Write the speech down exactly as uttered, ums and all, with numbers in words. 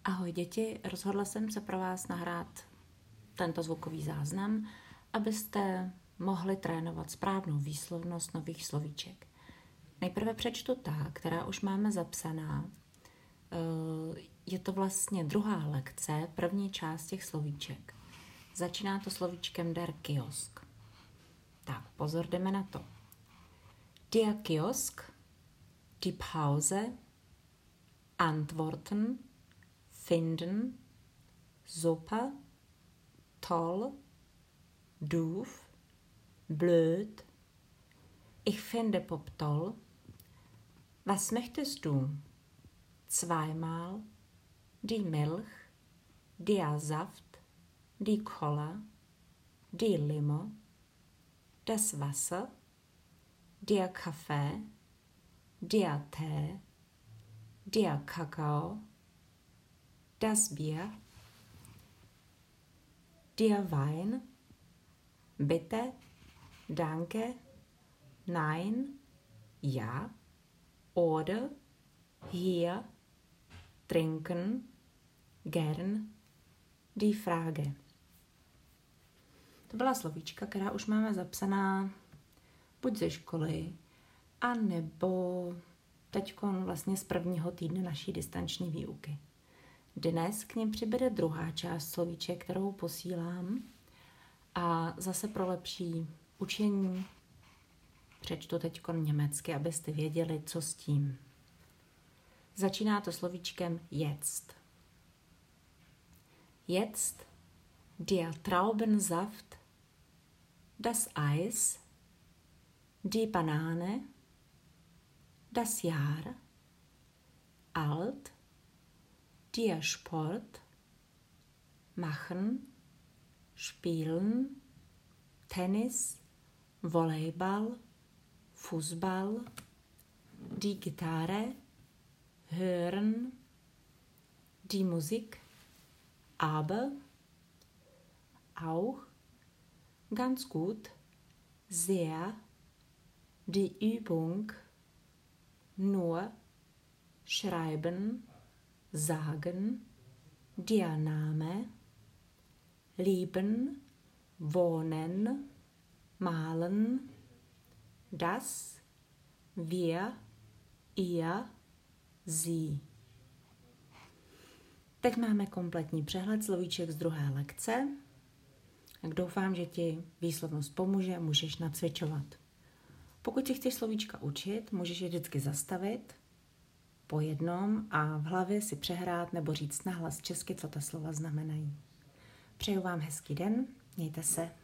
Ahoj děti, rozhodla jsem se pro vás nahrát tento zvukový záznam, abyste mohli trénovat správnou výslovnost nových slovíček. Nejprve přečtu ta, která už máme zapsaná. Je to vlastně druhá lekce, první část těch slovíček. Začíná to slovíčkem der Kiosk. Tak, pozor, jdeme na to. Der Kiosk, die Pause, antworten, finden, super, toll, doof, blöd, ich finde Pop toll, was möchtest du? Zweimal, die Milch, der Saft, die Cola, die Limo, das Wasser, der Kaffee, der Tee, der Kakao, das Bier, der Wein, bitte, danke, nein, ja, oder, hier, trinken, gern, die Frage. To byla slovíčka, která už máme zapsaná buď ze školy, a nebo teďkon vlastně z prvního týdne naší distanční výuky. Dnes k nim přibude druhá část slovíček, kterou posílám, a zase pro lepší učení přečtu teďkon německy, abyste věděli, co s tím. Začíná to slovíčkem jetzt. Jetzt der Traubensaft, das Eis, die Banane, das Jahr, alt, der Sport, machen, spielen, Tennis, Volleyball, Fußball, die Gitarre, hören, die Musik, aber, auch, ganz gut, sehr, die Übung, nur, schreiben, sagen, der Name, lieben, wohnen, malen, das, wir, ihr, sie. Teď máme kompletní přehled slovíček z druhé lekce. Tak doufám, že ti výslovnost pomůže, můžeš nacvičovat. Pokud si chceš slovíčka učit, můžeš je vždycky zastavit po jednom a v hlavě si přehrát nebo říct nahlas česky, co ta slova znamenají. Přeju vám hezký den, mějte se.